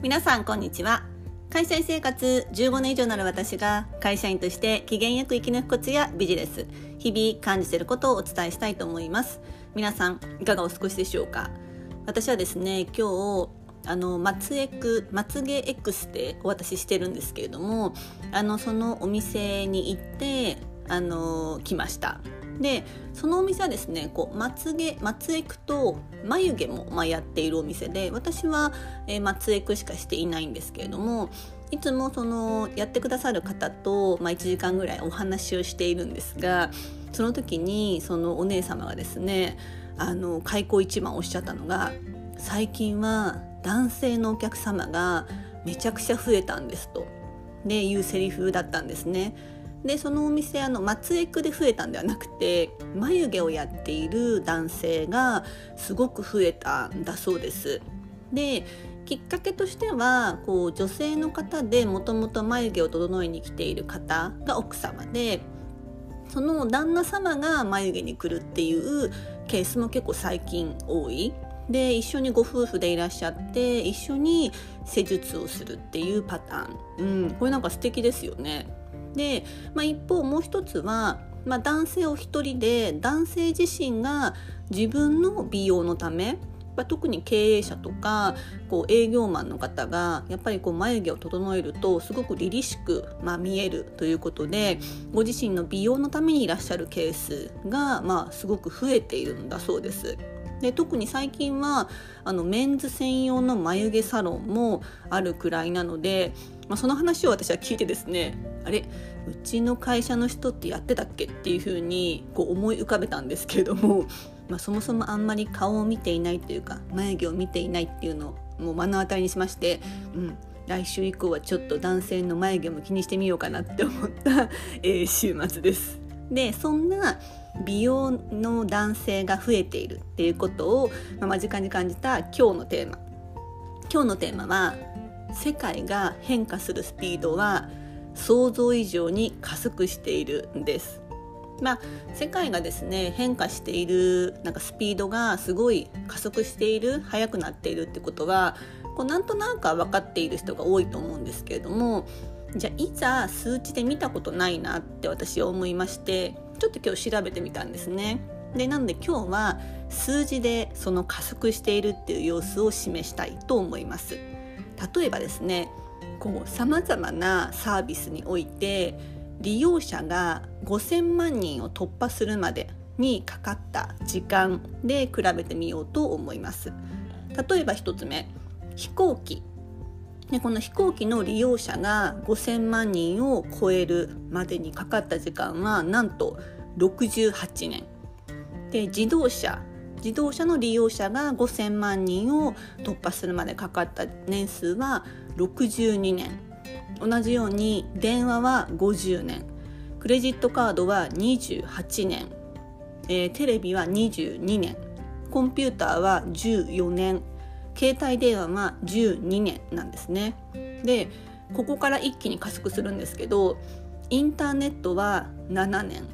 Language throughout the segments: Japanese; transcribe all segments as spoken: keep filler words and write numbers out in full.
皆さんこんにちは。会社員生活じゅうごねん以上になる私が会社員として機嫌よく生き抜くコツやビジネス、日々感じていることをお伝えしたいと思います。皆さんいかがお過ごしでしょうか。私はですね、今日あのまつエクまつげ X ってお渡ししてるんですけれども、あのそのお店に行ってあの来ました。でそのお店はですね、こうまつげまつエクと眉毛も、まあ、やっているお店で、私は、えー、まつエクしかしていないんですけれども、いつもそのやってくださる方と、まあ、いちじかんぐらいお話をしているんですが、その時にそのお姉様がですね、あの開口一番おっしゃったのが、最近は男性のお客様がめちゃくちゃ増えたんですとでいうセリフだったんですね。でそのお店、あのまつエクで増えたんではなくて、眉毛をやっている男性がすごく増えたんだそうです。できっかけとしては、こう女性の方でもともと眉毛を整えに来ている方が奥様で、その旦那様が眉毛に来るっていうケースも結構最近多い。で一緒にご夫婦でいらっしゃって一緒に施術をするっていうパターン、うん、これなんか素敵ですよね。で、まあ、一方もう一つは、まあ、男性お一人で男性自身が自分の美容のため、まあ、特に経営者とかこう営業マンの方がやっぱりこう眉毛を整えるとすごく凛々しく、まあ、見えるということで、ご自身の美容のためにいらっしゃるケースが、まあ、すごく増えているんだそうです。で特に最近はあのメンズ専用の眉毛サロンもあるくらいなので、まあ、その話を私は聞いてですね、あれうちの会社の人ってやってたっけっていうふうにこう思い浮かべたんですけれども、まあ、そもそもあんまり顔を見ていないというか眉毛を見ていないっていうのをもう目の当たりにしまして、うん、来週以降はちょっと男性の眉毛も気にしてみようかなって思った、えー、週末です。でそんな美容の男性が増えているっていうことを、まあ、間近に感じた今日のテーマ今日のテーマは、世界が変化するスピードは想像以上に加速しているんです。まあ、世界がですね変化している、なんかスピードがすごい加速している、速くなっているってことはこうなんとなく分かっている人が多いと思うんですけれども、じゃあいざ数値で見たことないなって私は思いまして、ちょっと今日調べてみたんですね。でなので今日は数字でその加速しているっていう様子を示したいと思います。例えばですね、さまざまなサービスにおいて利用者がごせんまんにんを突破するまでにかかった時間で比べてみようと思います。例えばひとつめ、飛行機でこの飛行機の利用者がごせんまんにんを超えるまでにかかった時間はなんとろくじゅうはちねんで、自動車自動車の利用者がごせんまんにんを突破するまでかかった年数はろくじゅうにねん。同じように電話はごじゅうねん、クレジットカードはにじゅうはちねん、えー、テレビはにじゅうにねん、コンピューターはじゅうよねん、携帯電話はじゅうにねんなんですね。でここから一気に加速するんですけど、インターネットはななねん、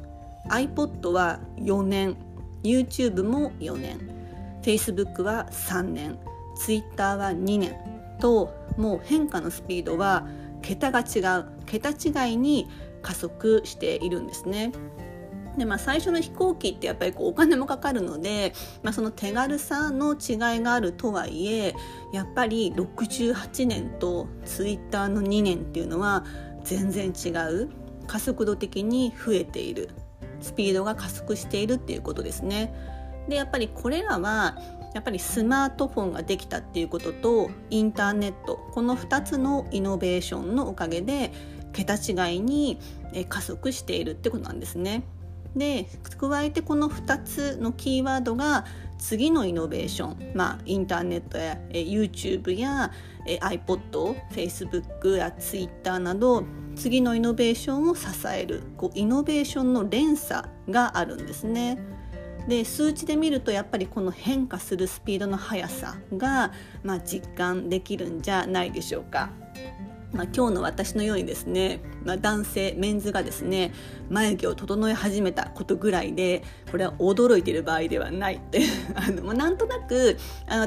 iPod はよねん、 YouTube もよねん、 Facebook はさんねん、 Twitter はにねんと、もう変化のスピードは桁が違う桁違いに加速しているんですね。でまあ、最初の飛行機ってやっぱりこうお金もかかるので、まあ、その手軽さの違いがあるとはいえ、やっぱりろくじゅうはちねんとツイッターのにねんっていうのは全然違う、加速度的に増えている、スピードが加速しているっていうことですね。でやっぱりこれらはやっぱりスマートフォンができたっていうこととインターネット、このふたつのイノベーションのおかげで桁違いに加速しているってことなんですね。で加えてこのふたつのキーワードが次のイノベーション、まあ、インターネットやえ YouTube やえ iPod、Facebook や Twitter など次のイノベーションを支えるこうイノベーションの連鎖があるんですね。で数値で見るとやっぱりこの変化するスピードの速さが、まあ、実感できるんじゃないでしょうか。まあ、今日の私のようにですね、まあ、男性メンズがですね眉毛を整え始めたことぐらいでこれは驚いている場合ではないってあの、まあ、なんとなくあの私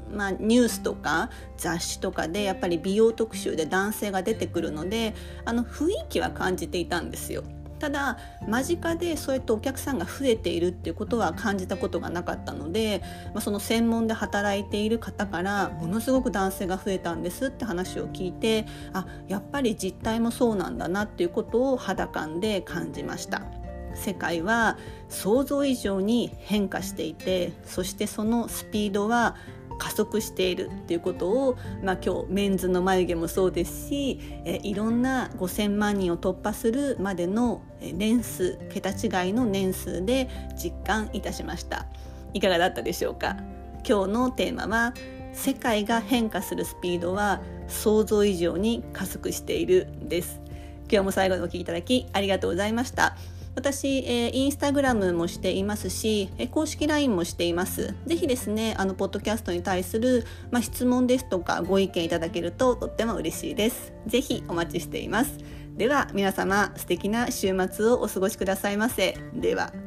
まあ、ニュースとか雑誌とかでやっぱり美容特集で男性が出てくるので、あの雰囲気は感じていたんですよ。ただ間近でそうやってお客さんが増えているっていうことは感じたことがなかったので、まあ、その専門で働いている方からものすごく男性が増えたんですって話を聞いて、あ、やっぱり実態もそうなんだなっていうことを肌感で感じました。世界は想像以上に変化していて、そしてそのスピードは加速しているっていうことを、まあ、今日メンズの眉毛もそうですし、えいろんなごせんまんにんを突破するまでの年数、桁違いの年数で実感いたしました。いかがだったでしょうか。今日のテーマは世界が変化するスピードは想像以上に加速しているです。今日も最後までお聞きいただきありがとうございました。私、えー、インスタグラムもしていますし、えー、公式 ライン もしています。ぜひですね、あのポッドキャストに対する、まあ、質問ですとかご意見いただけるととっても嬉しいです。ぜひお待ちしています。では皆様、素敵な週末をお過ごしくださいませ。では。